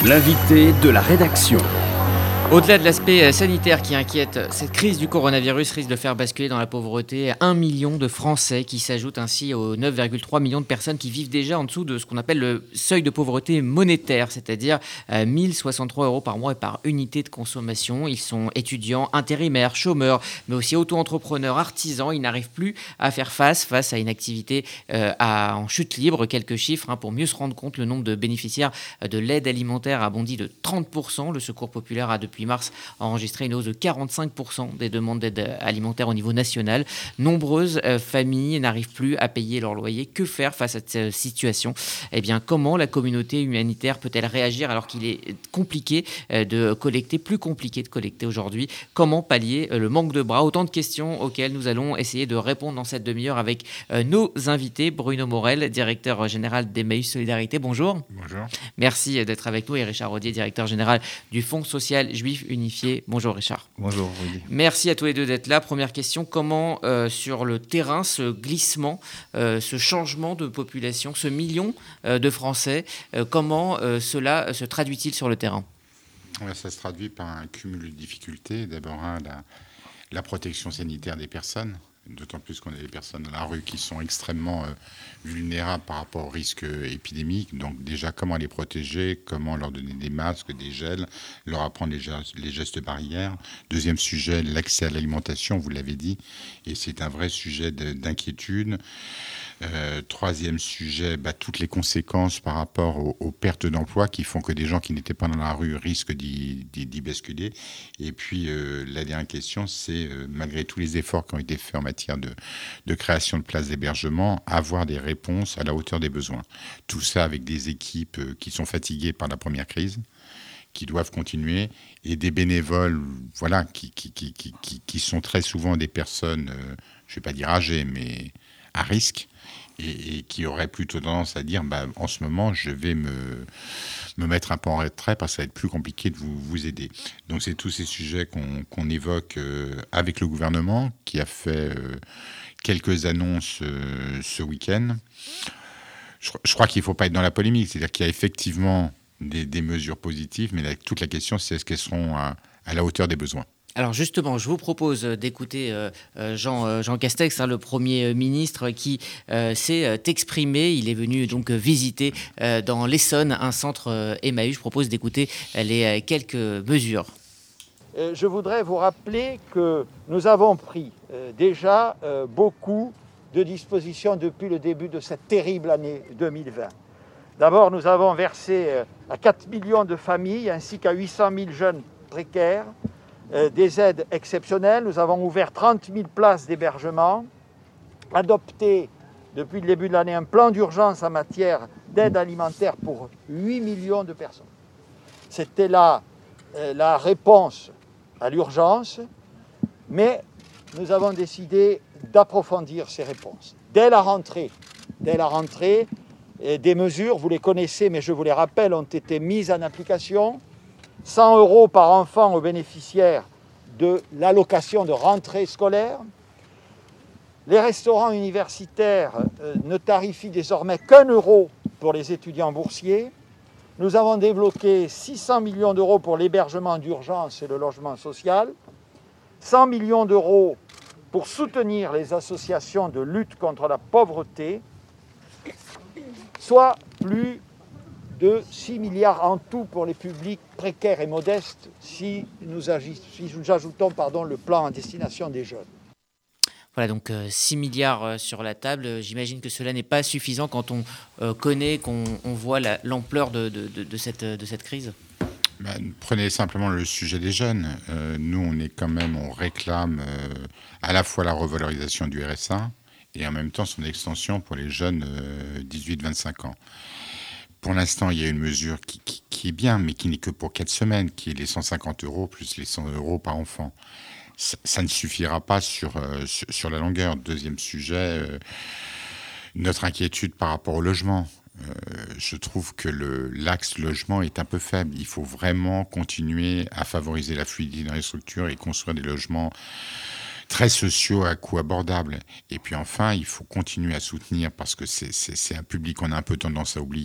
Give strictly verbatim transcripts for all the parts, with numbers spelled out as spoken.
L'invité de la rédaction. Au-delà de l'aspect sanitaire qui inquiète, cette crise du coronavirus risque de faire basculer dans la pauvreté un million de Français qui s'ajoutent ainsi aux neuf virgule trois millions de personnes qui vivent déjà en dessous de ce qu'on appelle le seuil de pauvreté monétaire, c'est-à-dire mille soixante-trois euros par mois et par unité de consommation. Ils sont étudiants, intérimaires, chômeurs, mais aussi auto-entrepreneurs, artisans. Ils n'arrivent plus à faire face, face à une activité euh, à, en chute libre. Quelques chiffres hein, pour mieux se rendre compte, le nombre de bénéficiaires de l'aide alimentaire a bondi de trente pour cent. Le Secours populaire a depuis Depuis mars, a enregistré une hausse de quarante-cinq pour cent des demandes d'aide alimentaire au niveau national. Nombreuses euh, familles n'arrivent plus à payer leur loyer. Que faire face à cette euh, situation ? Eh bien, comment la communauté humanitaire peut-elle réagir alors qu'il est compliqué euh, de collecter, plus compliqué de collecter aujourd'hui ? Comment pallier euh, le manque de bras ? Autant de questions auxquelles nous allons essayer de répondre dans cette demi-heure avec euh, nos invités. Bruno Morel, directeur général d'Emmaüs Solidarité. Bonjour. Bonjour. Merci d'être avec nous. Et Richard Rodier, directeur général du Fonds social juif unifié. Bonjour Richard. Bonjour Rudy. Merci à tous les deux d'être là. Première question, comment euh, sur le terrain ce glissement, euh, ce changement de population, ce million euh, de Français, euh, comment euh, cela se traduit-il sur le terrain ? Ouais, ça se traduit par un cumul de difficultés. D'abord, hein, la, la protection sanitaire des personnes, d'autant plus qu'on a des personnes dans la rue qui sont extrêmement euh, vulnérables par rapport aux risques euh, épidémiques. Donc déjà, comment les protéger, comment leur donner des masques, des gels, leur apprendre les gestes, les gestes barrières. Deuxième sujet, l'accès à l'alimentation, vous l'avez dit, et c'est un vrai sujet de, d'inquiétude. Euh, troisième sujet, bah, toutes les conséquences par rapport aux, aux pertes d'emploi qui font que des gens qui n'étaient pas dans la rue risquent d'y, d'y, d'y basculer. Et puis euh, la dernière question, c'est euh, malgré tous les efforts qui ont été faits en matière de, de création de places d'hébergement, avoir des réponses à la hauteur des besoins. Tout ça avec des équipes euh, qui sont fatiguées par la première crise, qui doivent continuer, et des bénévoles voilà, qui, qui, qui, qui, qui, qui sont très souvent des personnes, euh, je ne vais pas dire âgées, mais à risque, et, et qui auraient plutôt tendance à dire bah, en ce moment, je vais me, me mettre un peu en retrait parce que ça va être plus compliqué de vous, vous aider. Donc, c'est tous ces sujets qu'on, qu'on évoque euh, avec le gouvernement qui a fait euh, quelques annonces euh, ce week-end. Je, je crois qu'il ne faut pas être dans la polémique, c'est-à-dire qu'il y a effectivement des, des mesures positives, mais la, toute la question, c'est est-ce qu'elles seront à, à la hauteur des besoins ? Alors justement, je vous propose d'écouter euh, Jean, euh, Jean Castex, hein, le Premier ministre, qui euh, s'est euh, exprimé. Il est venu donc visiter euh, dans l'Essonne un centre euh, Emmaüs. Je propose d'écouter les euh, quelques mesures. Euh, je voudrais vous rappeler que nous avons pris euh, déjà euh, beaucoup de dispositions depuis le début de cette terrible année deux mille vingt. D'abord, nous avons versé euh, à quatre millions de familles ainsi qu'à huit cent mille jeunes précaires Euh, des aides exceptionnelles. Nous avons ouvert trente mille places d'hébergement, adopté depuis le début de l'année un plan d'urgence en matière d'aide alimentaire pour huit millions de personnes. C'était là euh, la réponse à l'urgence, mais nous avons décidé d'approfondir ces réponses. Dès la rentrée, dès la rentrée, euh, des mesures, vous les connaissez, mais je vous les rappelle, ont été mises en application. cent euros par enfant aux bénéficiaires de l'allocation de rentrée scolaire. Les restaurants universitaires euh, ne tarifient désormais qu'un euro pour les étudiants boursiers. Nous avons débloqué six cents millions d'euros pour l'hébergement d'urgence et le logement social, cent millions d'euros pour soutenir les associations de lutte contre la pauvreté, soit plus de six milliards en tout pour les publics précaires et modestes si nous, agis, si nous ajoutons pardon, le plan à destination des jeunes. Voilà, donc euh, six milliards euh, sur la table. J'imagine que cela n'est pas suffisant quand on euh, connaît, qu'on on voit la, l'ampleur de, de, de, de, cette, de cette crise. Ben, prenez simplement le sujet des jeunes. Euh, nous, on est quand même, on réclame euh, à la fois la revalorisation du R S A et en même temps son extension pour les jeunes euh, dix-huit à vingt-cinq ans. Pour l'instant, il y a une mesure qui, qui, qui est bien, mais qui n'est que pour quatre semaines, qui est les cent cinquante euros plus les cent euros par enfant. Ça, ça ne suffira pas sur, euh, sur, sur la longueur. Deuxième sujet, euh, notre inquiétude par rapport au logement. Euh, je trouve que le, l'axe logement est un peu faible. Il faut vraiment continuer à favoriser la fluidité dans les structures et construire des logements très sociaux à coût abordable. Et puis enfin, il faut continuer à soutenir, parce que c'est, c'est, c'est un public qu'on a un peu tendance à oublier,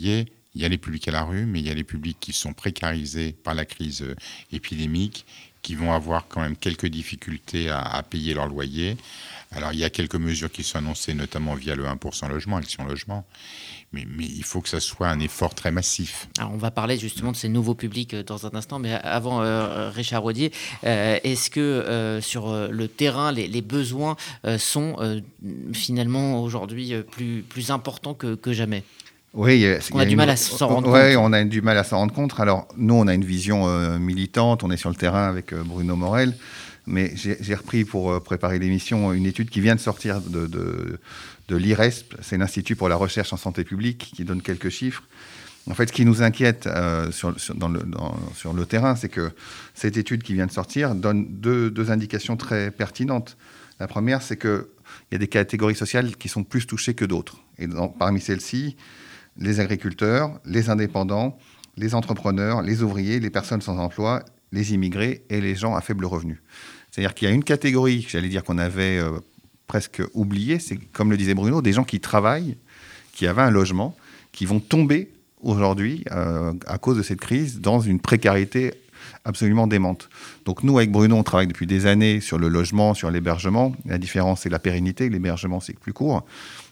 Il y a les publics à la rue, mais il y a les publics qui sont précarisés par la crise épidémique, qui vont avoir quand même quelques difficultés à, à payer leur loyer. Alors, il y a quelques mesures qui sont annoncées, notamment via le un pour cent logement, Action Logement. Mais, mais il faut que ça soit un effort très massif. Alors, on va parler justement de ces nouveaux publics dans un instant, mais avant, euh, Richard Rodier, euh, est-ce que euh, sur le terrain, les, les besoins euh, sont euh, finalement aujourd'hui plus, plus importants que, que jamais ? Oui, on a, a du une... mal à s'en rendre ouais, compte. on a du mal à s'en rendre compte. Alors, nous, on a une vision euh, militante, on est sur le terrain avec euh, Bruno Morel, mais j'ai, j'ai repris pour euh, préparer l'émission une étude qui vient de sortir de, de, de l'I R E S P, c'est l'Institut pour la recherche en santé publique, qui donne quelques chiffres. En fait, ce qui nous inquiète euh, sur, sur, dans le, dans, sur le terrain, c'est que cette étude qui vient de sortir donne deux, deux indications très pertinentes. La première, c'est qu'il y a des catégories sociales qui sont plus touchées que d'autres. Et dans, parmi celles-ci, les agriculteurs, les indépendants, les entrepreneurs, les ouvriers, les personnes sans emploi, les immigrés et les gens à faible revenu. C'est-à-dire qu'il y a une catégorie, j'allais dire qu'on avait euh, presque oubliée, c'est comme le disait Bruno, des gens qui travaillent, qui avaient un logement, qui vont tomber aujourd'hui, euh, à cause de cette crise, dans une précarité absolument démente. Donc nous, avec Bruno, on travaille depuis des années sur le logement, sur l'hébergement. La différence, c'est la pérennité. L'hébergement, c'est plus court.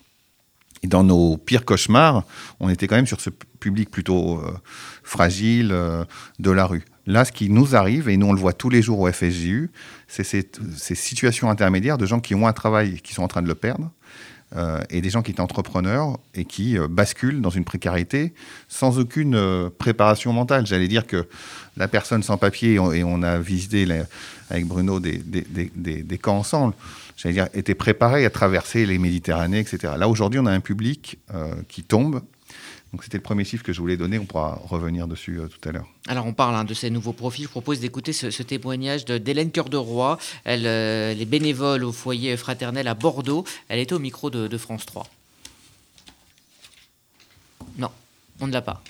Et dans nos pires cauchemars, on était quand même sur ce public plutôt euh, fragile euh, de la rue. Là, ce qui nous arrive, et nous on le voit tous les jours au F S J U, c'est ces, ces situations intermédiaires de gens qui ont un travail et qui sont en train de le perdre, euh, et des gens qui étaient entrepreneurs et qui euh, basculent dans une précarité sans aucune euh, préparation mentale. J'allais dire que la personne sans papier, et on, et on a visité la, avec Bruno des, des, des, des, des camps ensemble, j'allais dire, était préparé à traverser les Méditerranées, et cetera. Là, aujourd'hui, on a un public euh, qui tombe. Donc, c'était le premier chiffre que je voulais donner. On pourra revenir dessus euh, tout à l'heure. Alors, on parle hein, de ces nouveaux profils. Je propose d'écouter ce, ce témoignage de, d'Hélène Cœur de Roy. Elle euh, est bénévole au foyer fraternel à Bordeaux. Elle était au micro de, de France trois. Non, on ne l'a pas.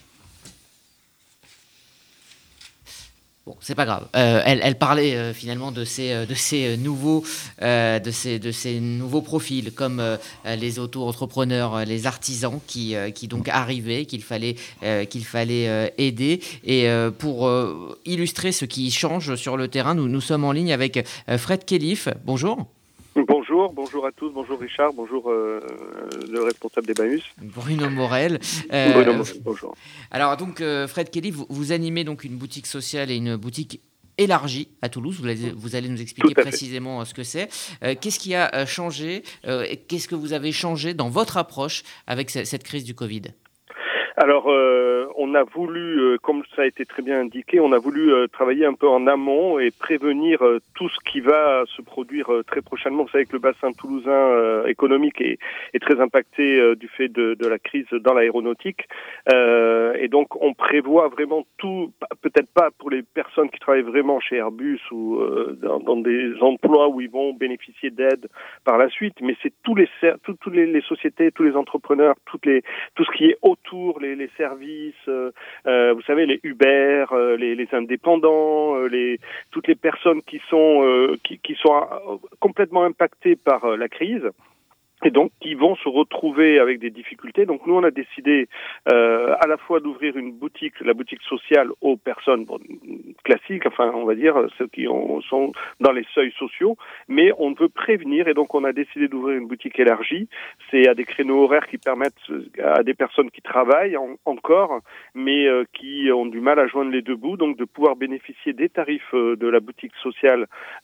Bon, c'est pas grave. Euh, elle, elle parlait euh, finalement de ces, euh, de ces nouveaux, euh, de ces, de ces nouveaux profils, comme euh, les auto-entrepreneurs, les artisans qui, euh, qui donc arrivaient, qu'il fallait, euh, qu'il fallait euh, aider. Et euh, pour euh, illustrer ce qui change sur le terrain, nous, nous sommes en ligne avec euh, Fred Khelif. Bonjour. Bonjour, bonjour à tous, bonjour Richard, bonjour euh, le responsable d'Emmaüs. Bruno Morel. Euh, Bruno Morel, bonjour. Alors donc euh, Fred Khelif, vous, vous animez donc une boutique sociale et une boutique élargie à Toulouse. Vous allez, vous allez nous expliquer précisément ce que c'est. Euh, qu'est-ce qui a changé euh, et qu'est-ce que vous avez changé dans votre approche avec c- cette crise du Covid ? Alors, euh, on a voulu, euh, comme ça a été très bien indiqué, on a voulu euh, travailler un peu en amont et prévenir euh, tout ce qui va se produire euh, très prochainement. Vous savez que le bassin toulousain euh, économique est, est très impacté euh, du fait de, de la crise dans l'aéronautique. Euh, et donc, on prévoit vraiment tout, peut-être pas pour les personnes qui travaillent vraiment chez Airbus ou euh, dans, dans des emplois où ils vont bénéficier d'aide par la suite, mais c'est tous les, tous, tous les, les sociétés, tous les entrepreneurs, toutes les, tout ce qui est autour, les Les, les services, euh, euh, vous savez, les Uber, euh, les, les indépendants, euh, les, toutes les personnes qui sont, euh, qui, qui sont euh, complètement impactées par euh, la crise. Et donc, qui vont se retrouver avec des difficultés. Donc, nous, on a décidé euh, à la fois d'ouvrir une boutique, la boutique sociale aux personnes bon, classiques, enfin, on va dire, ceux qui ont, sont dans les seuils sociaux, mais on veut prévenir, et donc on a décidé d'ouvrir une boutique élargie. C'est à des créneaux horaires qui permettent à des personnes qui travaillent en, encore, mais euh, qui ont du mal à joindre les deux bouts, donc de pouvoir bénéficier des tarifs euh, de la boutique sociale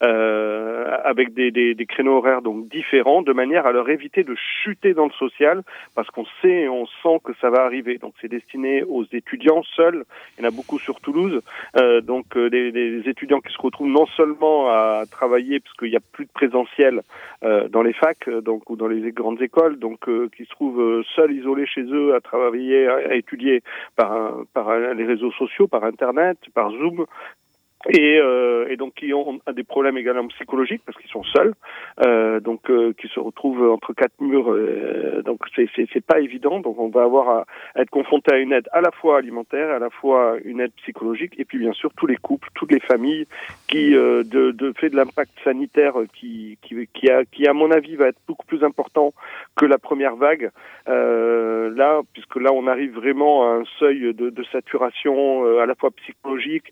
euh, avec des, des, des créneaux horaires donc différents, de manière à leur éviter de chuter dans le social, parce qu'on sait et on sent que ça va arriver. Donc c'est destiné aux étudiants seuls, il y en a beaucoup sur Toulouse, euh, donc euh, des, des étudiants qui se retrouvent non seulement à travailler, parce qu'il n'y a plus de présentiel euh, dans les facs donc, ou dans les grandes écoles, donc euh, qui se trouvent euh, seuls, isolés chez eux, à travailler, à, à étudier par, un, par un, les réseaux sociaux, par Internet, par Zoom, Et, euh, et donc qui ont des problèmes également psychologiques parce qu'ils sont seuls, euh, donc euh, qui se retrouvent entre quatre murs. Euh, donc c'est, c'est c'est pas évident. Donc on va avoir à, à être confronté à une aide à la fois alimentaire, à la fois une aide psychologique, et puis bien sûr tous les couples, toutes les familles qui euh, de, de fait de l'impact sanitaire qui qui qui a qui à mon avis va être beaucoup plus important que la première vague. Euh, là, puisque là on arrive vraiment à un seuil de, de saturation euh, à la fois psychologique,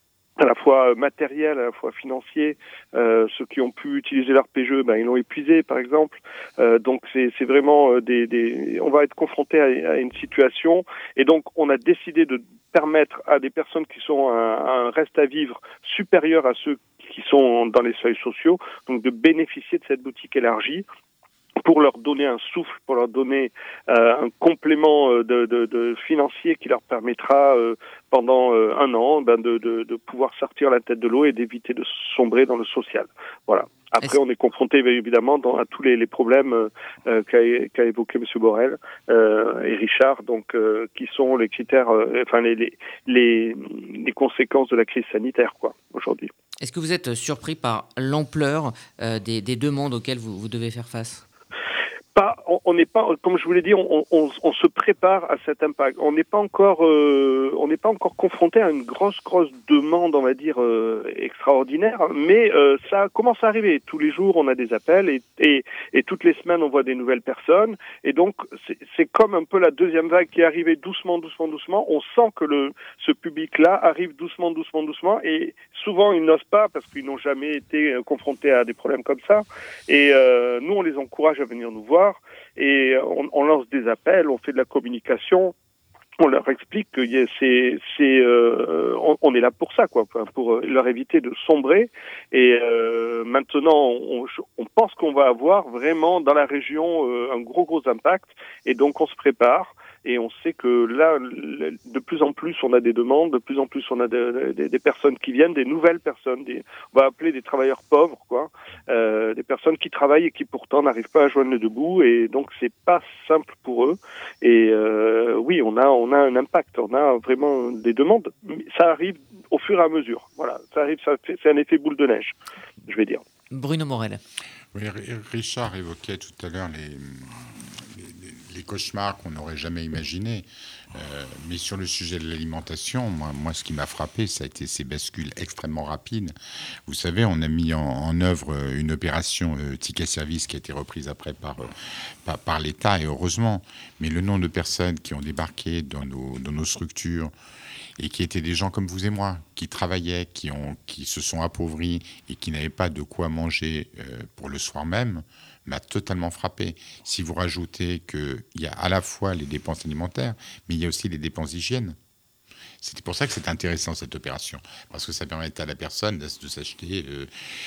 à la fois matériel, à la fois financier. Euh, ceux qui ont pu utiliser leur P G E, ben ils l'ont épuisé, par exemple. Euh, donc c'est, c'est vraiment des, des. On va être confronté à, à une situation, et donc on a décidé de permettre à des personnes qui sont à, à un reste à vivre supérieur à ceux qui sont dans les seuils sociaux, donc de bénéficier de cette boutique élargie, pour leur donner un souffle, pour leur donner euh, un complément de, de, de financier qui leur permettra euh, pendant euh, un an ben de, de, de pouvoir sortir la tête de l'eau et d'éviter de sombrer dans le social. Voilà. Après, Est-ce... on est confronté évidemment dans, à tous les, les problèmes euh, qu'a, qu'a évoqué M. Borrell euh, et Richard, donc euh, qui sont les critères, euh, enfin les, les les les conséquences de la crise sanitaire, quoi, aujourd'hui. Est-ce que vous êtes surpris par l'ampleur euh, des, des demandes auxquelles vous, vous devez faire face ? Pas, on n'est pas, comme je vous l'ai dit, on, on, on se prépare à cet impact. On n'est pas encore, euh, on n'est pas encore confronté à une grosse, grosse demande, on va dire euh, extraordinaire, mais euh, ça commence à arriver. Tous les jours, on a des appels et, et, et toutes les semaines, on voit des nouvelles personnes. Et donc, c'est, c'est comme un peu la deuxième vague qui est arrivée doucement, doucement, doucement. On sent que le, ce public-là arrive doucement, doucement, doucement, et souvent ils n'osent pas parce qu'ils n'ont jamais été confrontés à des problèmes comme ça. Et euh, nous, on les encourage à venir nous voir. Et on, on lance des appels, on fait de la communication, on leur explique que c'est, c'est, euh, on, on est là pour ça, quoi, pour leur éviter de sombrer. Et euh, maintenant, on, on pense qu'on va avoir vraiment dans la région euh, un gros, gros impact. Et donc, on se prépare. Et on sait que là, de plus en plus, on a des demandes, de plus en plus, on a des, des, des personnes qui viennent, des nouvelles personnes, des, on va appeler des travailleurs pauvres, quoi, euh, des personnes qui travaillent et qui pourtant n'arrivent pas à joindre les deux bouts, et donc c'est pas simple pour eux. Et euh, oui, on a, on a un impact, on a vraiment des demandes. Mais ça arrive au fur et à mesure. Voilà, ça arrive, ça fait, c'est un effet boule de neige, je vais dire. Bruno Morel. Oui, Richard évoquait tout à l'heure les. les cauchemars qu'on n'aurait jamais imaginés. Euh, mais sur le sujet de l'alimentation, moi, moi, ce qui m'a frappé, ça a été ces bascules extrêmement rapides. Vous savez, on a mis en, en œuvre une opération euh, ticket service qui a été reprise après par, euh, par, par l'État, et heureusement. Mais le nombre de personnes qui ont débarqué dans nos, dans nos structures et qui étaient des gens comme vous et moi, qui travaillaient, qui, ont, qui se sont appauvris et qui n'avaient pas de quoi manger euh, pour le soir même, m'a totalement frappé. Si vous rajoutez qu'il y a à la fois les dépenses alimentaires, mais il y a aussi les dépenses d'hygiène. C'était pour ça que c'est intéressant, cette opération, parce que ça permettait à la personne de, de s'acheter euh,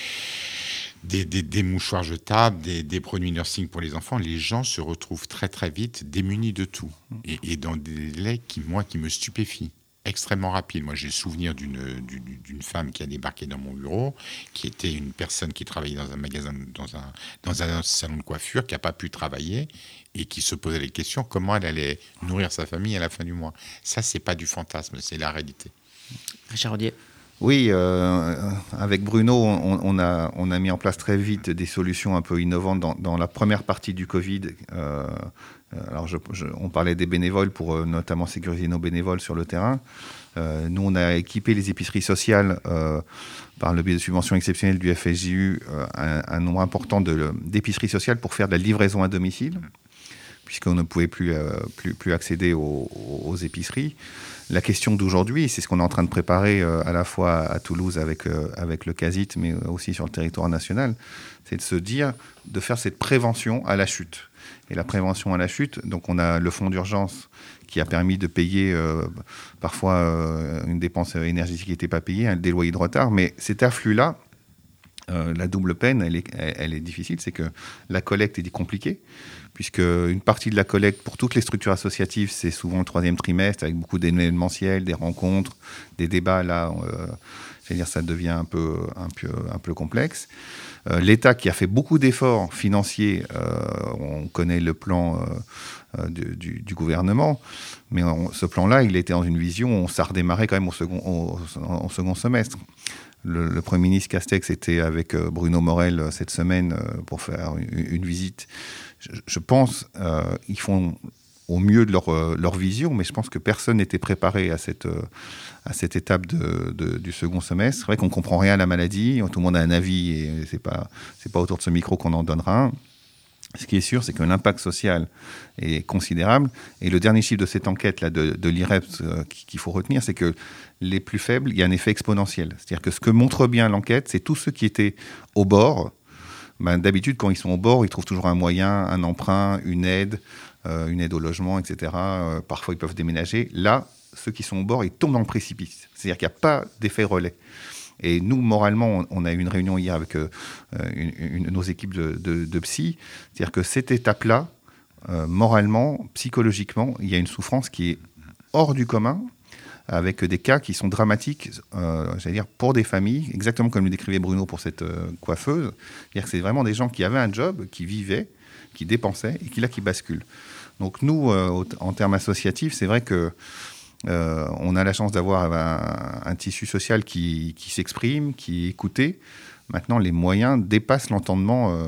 des, des, des mouchoirs jetables, des, des produits nursing pour les enfants. Les gens se retrouvent très très vite démunis de tout, et, et dans des délais qui, moi, qui me stupéfient. Extrêmement rapide. Moi, j'ai le souvenir d'une, d'une, d'une femme qui a débarqué dans mon bureau, qui était une personne qui travaillait dans un magasin, dans un, dans un salon de coiffure, qui n'a pas pu travailler et qui se posait les questions comment elle allait nourrir sa famille à la fin du mois. Ça, c'est pas du fantasme, c'est la réalité. Richard Audier. Oui, euh, avec Bruno, on, on, a, on a mis en place très vite des solutions un peu innovantes dans, dans la première partie du Covid. Euh, alors, je, je, on parlait des bénévoles pour euh, notamment sécuriser nos bénévoles sur le terrain. Euh, nous, on a équipé les épiceries sociales euh, par le biais de subventions exceptionnelles du F S J U, euh, un, un nombre important de, d'épiceries sociales pour faire de la livraison à domicile, puisqu'on ne pouvait plus, euh, plus, plus accéder aux, aux épiceries. La question d'aujourd'hui, c'est ce qu'on est en train de préparer euh, à la fois à Toulouse avec, euh, avec le CASIT, mais aussi sur le territoire national, c'est de se dire, de faire cette prévention à la chute. Et la prévention à la chute, donc on a le fonds d'urgence qui a permis de payer euh, parfois euh, une dépense énergétique qui n'était pas payée, hein, des loyers de retard, mais cet afflux-là, euh, la double peine, elle est, elle est difficile, c'est que la collecte est compliquée, puisque une partie de la collecte pour toutes les structures associatives, c'est souvent le troisième trimestre, avec beaucoup d'événementiels, des rencontres, des débats. Là, euh, C'est-à-dire ça devient un peu, un peu, un peu complexe. Euh, L'État qui a fait beaucoup d'efforts financiers, euh, on connaît le plan euh, du, du, du gouvernement, mais on, ce plan-là, il était dans une vision où ça redémarrait quand même au second, au, au second semestre. Le, le Premier ministre Castex était avec euh, Bruno Morel euh, cette semaine euh, pour faire une, une visite. Je, je pense euh, ils font au mieux de leur, euh, leur vision, mais je pense que personne n'était préparé à cette, euh, à cette étape de, de, du second semestre. C'est vrai qu'on ne comprend rien à la maladie, tout le monde a un avis et ce n'est pas, c'est pas autour de ce micro qu'on en donnera un. Ce qui est sûr, c'est que l'impact social est considérable. Et le dernier chiffre de cette enquête-là de, de l'I R E P S euh, qu'il faut retenir, c'est que les plus faibles, il y a un effet exponentiel. C'est-à-dire que ce que montre bien l'enquête, c'est tous ceux qui étaient au bord. Ben, d'habitude, quand ils sont au bord, ils trouvent toujours un moyen, un emprunt, une aide, euh, une aide au logement, et cetera. Euh, parfois, ils peuvent déménager. Là, ceux qui sont au bord, ils tombent dans le précipice. C'est-à-dire qu'il n'y a pas d'effet relais. Et nous, moralement, on a eu une réunion hier avec euh, une, une, nos équipes de, de, de psy. C'est-à-dire que cette étape-là, euh, moralement, psychologiquement, il y a une souffrance qui est hors du commun, avec des cas qui sont dramatiques, euh, j'allais dire, pour des familles, exactement comme le décrivait Bruno pour cette euh, coiffeuse. C'est-à-dire que c'est vraiment des gens qui avaient un job, qui vivaient, qui dépensaient, et qui là, qui basculent. Donc nous, euh, en termes associatifs, c'est vrai que Euh, on a la chance d'avoir un, un tissu social qui, qui s'exprime, qui est écouté. Maintenant, les moyens dépassent l'entendement, euh,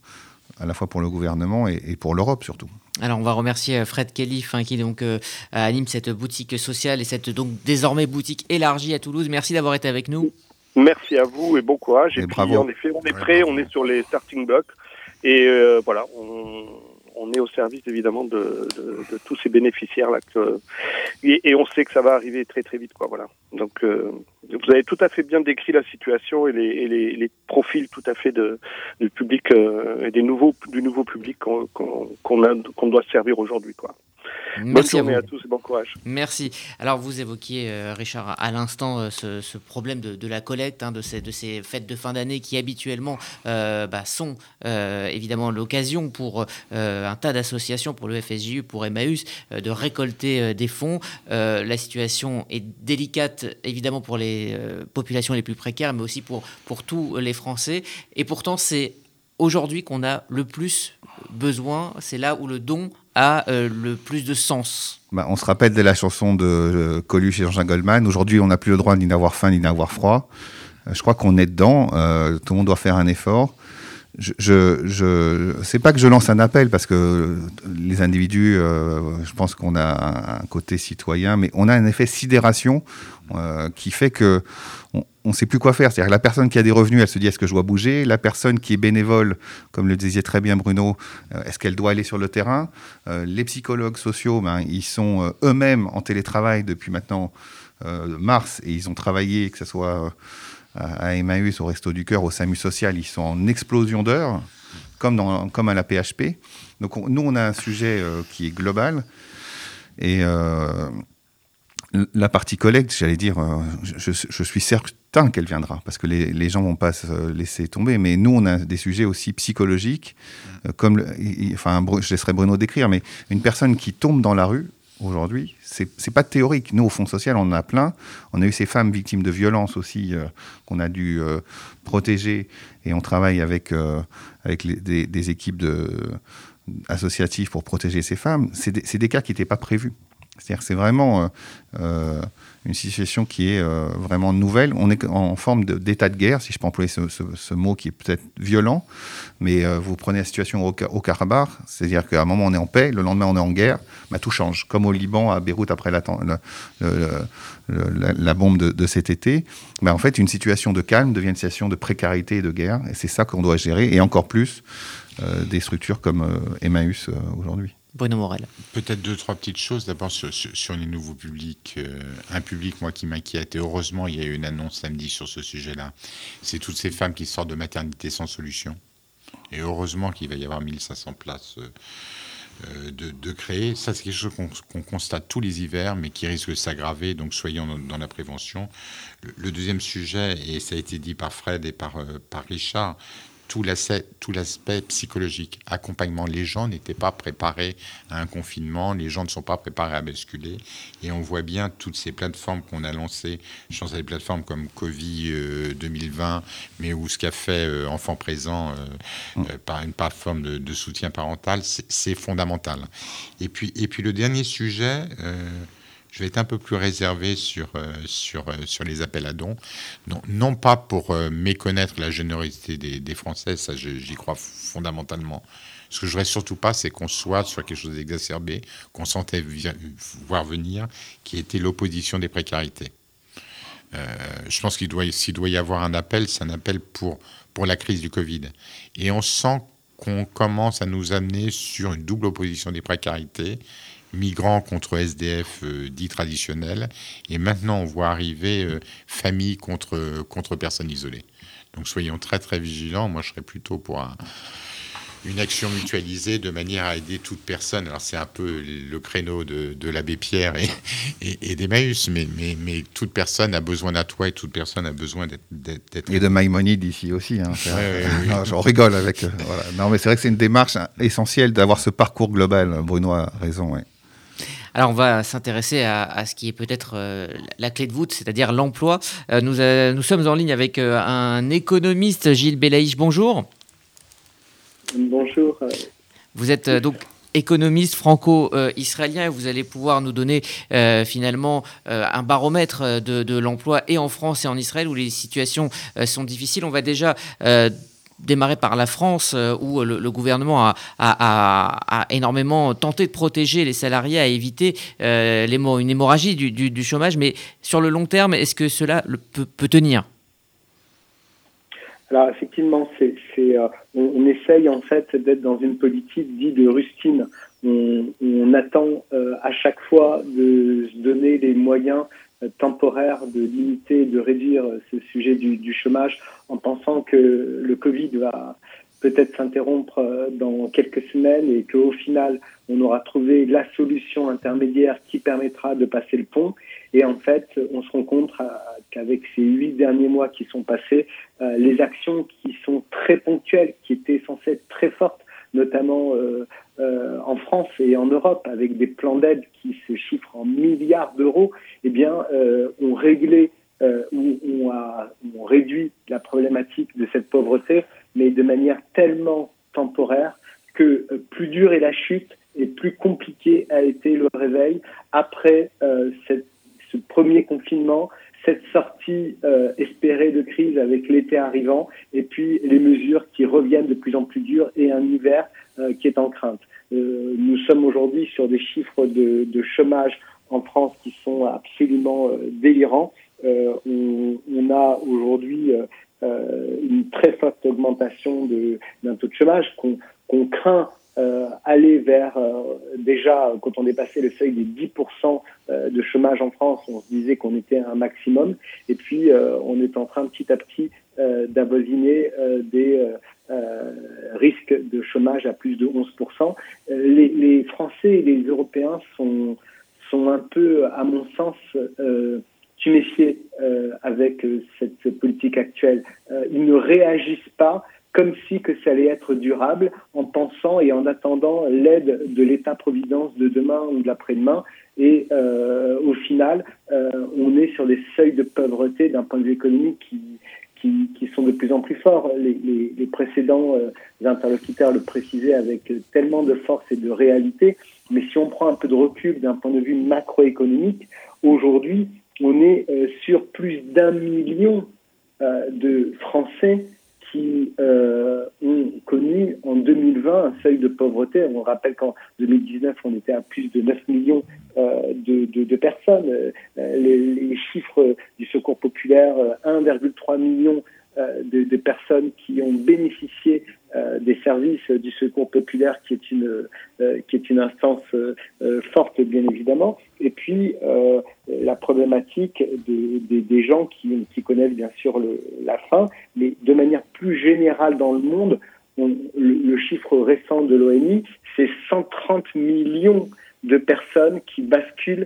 à la fois pour le gouvernement et, et pour l'Europe surtout. Alors, on va remercier Fred Khelif, hein, qui donc euh, anime cette boutique sociale et cette donc désormais boutique élargie à Toulouse. Merci d'avoir été avec nous. Merci à vous et bon courage. Et, et puis, bravo. En effet, on est prêt, on est sur les starting blocks. Et euh, voilà, on... on est au service évidemment de, de, de tous ces bénéficiaires là que, et, et on sait que ça va arriver très très vite quoi, voilà. Donc euh, vous avez tout à fait bien décrit la situation et les, et les, les profils tout à fait de, du public euh, et des nouveaux du nouveau public qu'on, qu'on, qu'on, a, qu'on doit servir aujourd'hui quoi. Merci Bonne journée à, à tous et bon courage. Merci. Alors vous évoquiez, euh, Richard, à l'instant euh, ce, ce problème de, de la collecte, hein, de, ces, de ces fêtes de fin d'année qui habituellement euh, bah, sont euh, évidemment l'occasion pour euh, un tas d'associations, pour le F S J U, pour Emmaüs, euh, de récolter euh, des fonds. Euh, la situation est délicate évidemment pour les euh, populations les plus précaires, mais aussi pour, pour tous les Français. Et pourtant, c'est aujourd'hui qu'on a le plus besoin, c'est là où le don a euh, le plus de sens. Bah, on se rappelle de la chanson de euh, Coluche et Jean-Jacques Goldman. Aujourd'hui, on n'a plus le droit ni d'avoir faim ni d'avoir froid. Euh, je crois qu'on est dedans. Euh, tout le monde doit faire un effort. Je, je, je, c'est pas que je lance un appel parce que les individus, euh, je pense qu'on a un, un côté citoyen, mais on a un effet sidération euh, qui fait que on ne sait plus quoi faire. C'est-à-dire que la personne qui a des revenus, elle se dit est-ce que je dois bouger ? La personne qui est bénévole, comme le disait très bien Bruno, euh, est-ce qu'elle doit aller sur le terrain ? euh, Les psychologues sociaux, ben, ils sont euh, eux-mêmes en télétravail depuis maintenant euh, mars et ils ont travaillé, que ce soit euh, à Emmaüs, au Resto du Cœur, au SAMU social, ils sont en explosion d'heures, comme, dans, comme à la P H P. Donc on, nous, on a un sujet euh, qui est global. Et euh, la partie collecte, j'allais dire, euh, je, je suis certain qu'elle viendra, parce que les, les gens ne vont pas se laisser tomber. Mais nous, on a des sujets aussi psychologiques, euh, comme, le, il, enfin, je laisserai Bruno décrire, mais une personne qui tombe dans la rue, aujourd'hui, c'est, c'est pas théorique. Nous, au Fonds social, on en a plein. On a eu ces femmes victimes de violences aussi euh, qu'on a dû euh, protéger. Et on travaille avec, euh, avec les, des, des équipes de, associatives pour protéger ces femmes. C'est des, c'est des cas qui n'étaient pas prévus. C'est-à-dire que c'est vraiment euh, euh, une situation qui est euh, vraiment nouvelle. On est en forme de, d'état de guerre, si je peux employer ce, ce, ce mot qui est peut-être violent, mais euh, vous prenez la situation au, au Karabakh, c'est-à-dire qu'à un moment on est en paix, le lendemain on est en guerre, bah, tout change. Comme au Liban, à Beyrouth, après la, le, le, le, la, la bombe de, de cet été, bah, en fait une situation de calme devient une situation de précarité et de guerre, et c'est ça qu'on doit gérer, et encore plus euh, des structures comme euh, Emmaüs euh, aujourd'hui. Bruno Morel. Peut-être deux, trois petites choses. D'abord, sur, sur, sur les nouveaux publics. Euh, un public, moi, qui m'inquiète. Et heureusement, il y a eu une annonce samedi sur ce sujet-là. C'est toutes ces femmes qui sortent de maternité sans solution. Et heureusement qu'il va y avoir mille cinq cents places euh, de, de créer. Ça, c'est quelque chose qu'on, qu'on constate tous les hivers, mais qui risque de s'aggraver. Donc, soyons dans, dans la prévention. Le, le deuxième sujet, et ça a été dit par Fred et par, euh, par Richard, tout l'aspect, tout l'aspect psychologique, accompagnement. Les gens n'étaient pas préparés à un confinement, les gens ne sont pas préparés à basculer. Et on voit bien toutes ces plateformes qu'on a lancées. Je pense à des plateformes comme Covid euh, deux mille vingt, mais où ce qu'a fait euh, Enfant Présent euh, euh, par une plateforme de, de soutien parental, c'est, c'est fondamental. Et puis, et puis le dernier sujet... Euh, je vais être un peu plus réservé sur, euh, sur, euh, sur les appels à dons. Non, non pas pour euh, méconnaître la générosité des, des Français, ça je, j'y crois fondamentalement. Ce que je ne voudrais surtout pas, c'est qu'on soit sur quelque chose d'exacerbé, qu'on sentait vi- voir venir, qui était l'opposition des précarités. Euh, je pense qu'il doit, s'il doit y avoir un appel, c'est un appel pour, pour la crise du Covid. Et on sent qu'on commence à nous amener sur une double opposition des précarités, migrants contre S D F euh, dits traditionnels, et maintenant on voit arriver euh, famille contre, contre personnes isolées. Donc soyons très très vigilants. Moi je serais plutôt pour un, une action mutualisée de manière à aider toute personne. Alors c'est un peu le créneau de, de l'abbé Pierre et, et, et d'Emmaüs, mais, mais, mais toute personne a besoin d'un toit et toute personne a besoin d'être... d'être, d'être... Et de Maïmonide ici aussi. Hein. Ouais, ouais, ouais. Non, j'en rigole avec... Euh, voilà. Non mais c'est vrai que c'est une démarche essentielle d'avoir ce parcours global. Bruno a raison, oui. Alors, on va s'intéresser à, à ce qui est peut-être euh, la clé de voûte, c'est-à-dire l'emploi. Euh, nous, euh, nous sommes en ligne avec euh, un économiste, Gilles Belaïch. Bonjour. Bonjour. Vous êtes euh, donc économiste franco-israélien et vous allez pouvoir nous donner euh, finalement euh, un baromètre de, de l'emploi et en France et en Israël où les situations euh, sont difficiles. On va déjà... Euh, démarrer par la France, euh, où le, le gouvernement a, a, a, a énormément tenté de protéger les salariés, à éviter euh, une hémorragie du, du, du chômage. Mais sur le long terme, est-ce que cela le, peut, peut tenir ? Alors effectivement, c'est, c'est, euh, on, on essaye en fait d'être dans une politique dite de rustine. On, on attend euh, à chaque fois de se donner les moyens temporaire de limiter, de réduire ce sujet du, du chômage en pensant que le Covid va peut-être s'interrompre dans quelques semaines et qu'au final, on aura trouvé la solution intermédiaire qui permettra de passer le pont. Et en fait, on se rend compte qu'avec ces huit derniers mois qui sont passés, euh, les actions qui sont très ponctuelles, qui étaient censées être très fortes, notamment euh, euh, en France et en Europe, avec des plans d'aide qui se chiffrent en milliards d'euros, eh bien, euh, ont réglé euh, ou on a on réduit la problématique de cette pauvreté, mais de manière tellement temporaire que euh, plus dure est la chute et plus compliqué a été le réveil après euh, cette, ce premier confinement, cette sortie euh, espérée de crise avec l'été arrivant, et puis les mesures qui reviennent de plus en plus dures et un hiver euh, qui est en crainte. Euh, nous sommes aujourd'hui sur des chiffres de, de chômage en France qui sont absolument euh, délirants. Euh, on, on a aujourd'hui euh, euh, une très forte augmentation de, d'un taux de chômage qu'on, qu'on craint Euh, aller vers, euh, déjà, quand on dépassait le seuil des dix pour cent euh, de chômage en France, on se disait qu'on était à un maximum. Et puis, euh, on est en train petit à petit euh, d'avoisiner euh, des euh, euh, risques de chômage à plus de onze pour cent. Euh, les, les Français et les Européens sont, sont un peu, à mon sens, euh, tuméfiés euh, avec euh, cette politique actuelle. Euh, ils ne réagissent pas comme si que ça allait être durable, en pensant et en attendant l'aide de l'État-providence de demain ou de l'après-demain. Et euh, au final, euh, on est sur des seuils de pauvreté d'un point de vue économique qui, qui, qui sont de plus en plus forts. Les, les, les précédents euh, interlocuteurs le précisaient avec tellement de force et de réalité. Mais si on prend un peu de recul d'un point de vue macroéconomique, aujourd'hui, on est euh, sur plus d'un million euh, de Français qui euh, ont connu en deux mille vingt un seuil de pauvreté. On rappelle qu'en deux mille dix-neuf, on était à plus de neuf millions euh, de, de, de personnes. Euh, les, les chiffres du Secours populaire, euh, un virgule trois million euh, de, de personnes qui ont bénéficié euh, des services du Secours populaire, qui est une, euh, qui est une instance euh, forte, bien évidemment. Et puis, euh, la problématique de, de, des gens qui, qui connaissent bien sûr le, la faim, mais de manière plus générale dans le monde, on, le, le chiffre récent de l'O M I, c'est cent trente millions de personnes qui basculent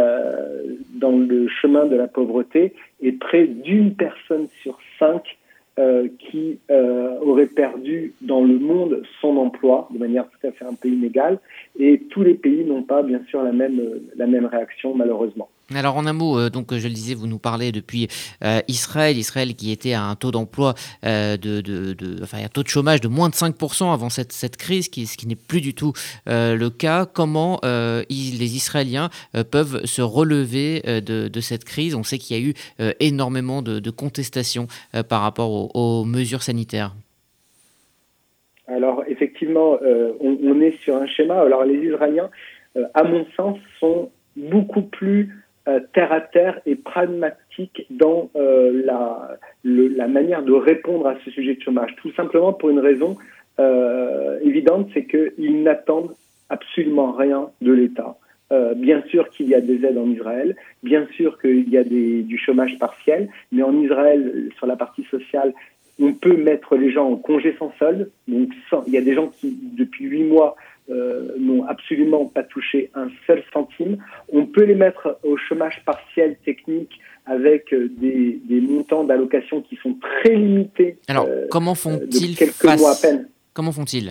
euh, dans le chemin de la pauvreté, et près d'une personne sur cinq euh, qui euh, aurait perdu dans le monde son emploi de manière tout à fait un peu inégale. Et tous les pays n'ont pas, bien sûr, la même, la même réaction, malheureusement. Alors en un mot, euh, donc je le disais, vous nous parlez depuis euh, Israël, Israël qui était à un taux d'emploi, euh, de, de, de, enfin un taux de chômage de moins de cinq pour cent avant cette, cette crise, qui, ce qui n'est plus du tout euh, le cas. Comment euh, ils, les Israéliens euh, peuvent se relever euh, de, de cette crise? On sait qu'il y a eu euh, énormément de, de contestations euh, par rapport aux, aux mesures sanitaires. Alors effectivement, euh, on, on est sur un schéma. Alors les Israéliens, euh, à mon sens, sont beaucoup plus Euh, terre à terre et pragmatique dans euh, la, le, la manière de répondre à ce sujet de chômage. Tout simplement pour une raison euh, évidente, c'est qu'ils n'attendent absolument rien de l'État. Euh, bien sûr qu'il y a des aides en Israël, bien sûr qu'il y a des, du chômage partiel, mais en Israël, sur la partie sociale, on peut mettre les gens en congé sans solde. Donc, sans, il y a des gens qui, depuis huit mois, Euh, n'ont absolument pas touché un seul centime. On peut les mettre au chômage partiel technique avec euh, des, des montants d'allocation qui sont très limités. Alors, euh, comment font-ils quelques face... mois à peine. Comment font-ils?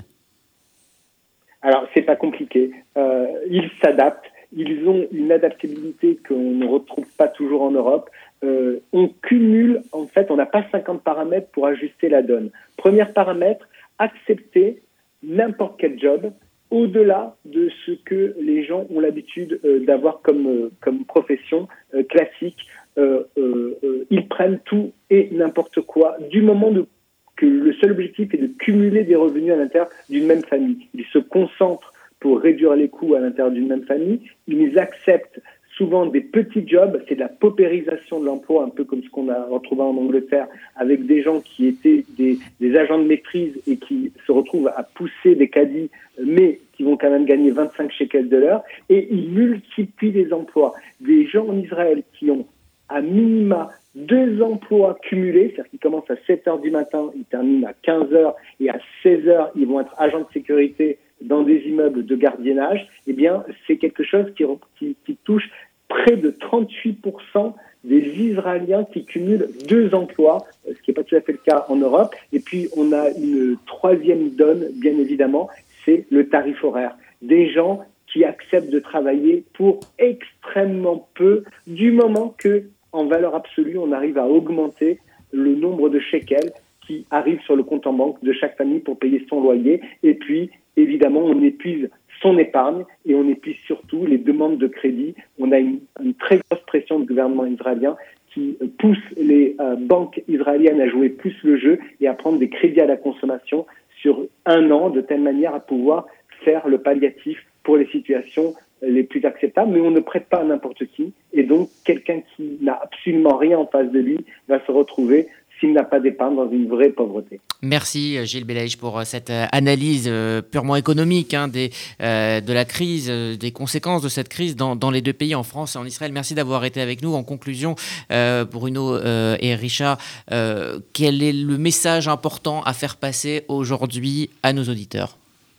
Alors, c'est pas compliqué. Euh, ils s'adaptent. Ils ont une adaptabilité qu'on ne retrouve pas toujours en Europe. Euh, on cumule, en fait, on n'a pas cinquante paramètres pour ajuster la donne. Premier paramètre, accepter n'importe quel job, au-delà de ce que les gens ont l'habitude euh, d'avoir comme, euh, comme profession euh, classique. Euh, euh, euh, ils prennent tout et n'importe quoi, du moment de, que le seul objectif est de cumuler des revenus à l'intérieur d'une même famille. Ils se concentrent pour réduire les coûts à l'intérieur d'une même famille. Ils acceptent souvent des petits jobs, c'est de la paupérisation de l'emploi, un peu comme ce qu'on a retrouvé en Angleterre, avec des gens qui étaient des, des agents de maîtrise et qui se retrouvent à pousser des caddies, mais qui vont quand même gagner vingt-cinq shekels de l'heure, et ils multiplient les emplois. Des gens en Israël qui ont à minima deux emplois cumulés, c'est-à-dire qu'ils commencent à sept heures du matin, ils terminent à quinze heures, et à seize heures, ils vont être agents de sécurité dans des immeubles de gardiennage, eh bien, c'est quelque chose qui, qui, qui touche près de trente-huit pour cent des Israéliens qui cumulent deux emplois, ce qui n'est pas tout à fait le cas en Europe. Et puis, on a une troisième donne, bien évidemment, c'est le tarif horaire. Des gens qui acceptent de travailler pour extrêmement peu, du moment que, en valeur absolue, on arrive à augmenter le nombre de shekels qui arrivent sur le compte en banque de chaque famille pour payer son loyer. Et puis, évidemment, on épuise son épargne et on épuise surtout les demandes de crédit. On a une, une très grosse pression du gouvernement israélien qui pousse les euh, banques israéliennes à jouer plus le jeu et à prendre des crédits à la consommation sur un an, de telle manière à pouvoir faire le palliatif pour les situations les plus acceptables. Mais on ne prête pas à n'importe qui. Et donc, quelqu'un qui n'a absolument rien en face de lui va se retrouver, s'il n'a pas d'épargne, dans une vraie pauvreté. Merci Gilles Belaïch pour cette analyse euh, purement économique hein, des, euh, de la crise, euh, des conséquences de cette crise dans, dans les deux pays, en France et en Israël. Merci d'avoir été avec nous. En conclusion, euh, Bruno euh, et Richard, euh, quel est le message important à faire passer aujourd'hui à nos auditeurs?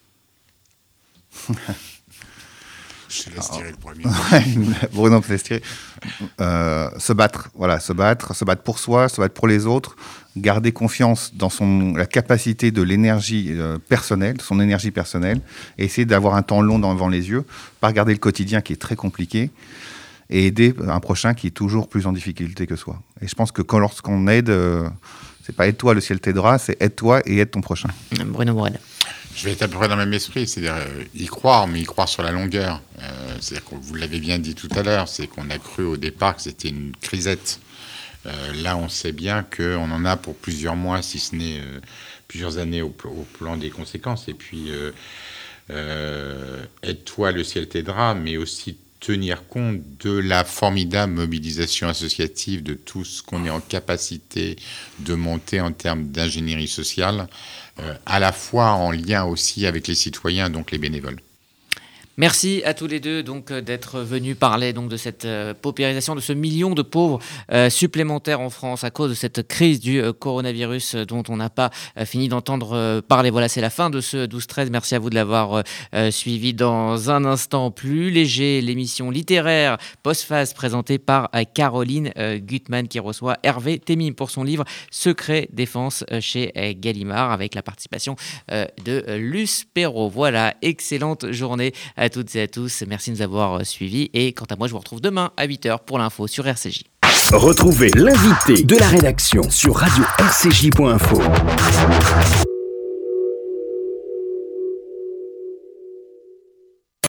Je te laisse tirer le premier. Bruno peut laisse tirer. Euh, se battre, voilà, se battre, se battre pour soi, se battre pour les autres, garder confiance dans son, la capacité de l'énergie euh, personnelle, son énergie personnelle, et essayer d'avoir un temps long devant les yeux, pas regarder le quotidien qui est très compliqué, et aider un prochain qui est toujours plus en difficulté que soi. Et je pense que quand, lorsqu'on aide, euh, c'est pas aide-toi, le ciel t'aidera, c'est aide-toi et aide ton prochain. Bruno Morel. Je vais être à peu près dans le même esprit, c'est-à-dire euh, y croire, mais y croire sur la longueur. Euh, c'est-à-dire que vous l'avez bien dit tout à l'heure, c'est qu'on a cru au départ que c'était une crisette. Euh, là, on sait bien qu'on en a pour plusieurs mois, si ce n'est euh, plusieurs années au, au plan des conséquences. Et puis, euh, euh, aide-toi, le ciel t'aidera, mais aussi tenir compte de la formidable mobilisation associative de tout ce qu'on est en capacité de monter en termes d'ingénierie sociale, euh, à la fois en lien aussi avec les citoyens, donc les bénévoles. Merci à tous les deux donc d'être venus parler donc de cette euh, paupérisation, de ce million de pauvres euh, supplémentaires en France à cause de cette crise du euh, coronavirus euh, dont on n'a pas euh, fini d'entendre euh, parler. Voilà, c'est la fin de ce douze treize. Merci à vous de l'avoir euh, suivi. Dans un instant plus léger, l'émission littéraire Postface présentée par euh, Caroline euh, Gutmann qui reçoit Hervé Temim pour son livre Secret Défense euh, chez euh, Gallimard avec la participation euh, de euh, Luce Perrault. Voilà, excellente journée à toutes et à tous. Merci de nous avoir suivis. Et quant à moi, je vous retrouve demain à huit heures pour l'info sur R C J. Retrouvez l'invité de la rédaction sur radio r c j point info.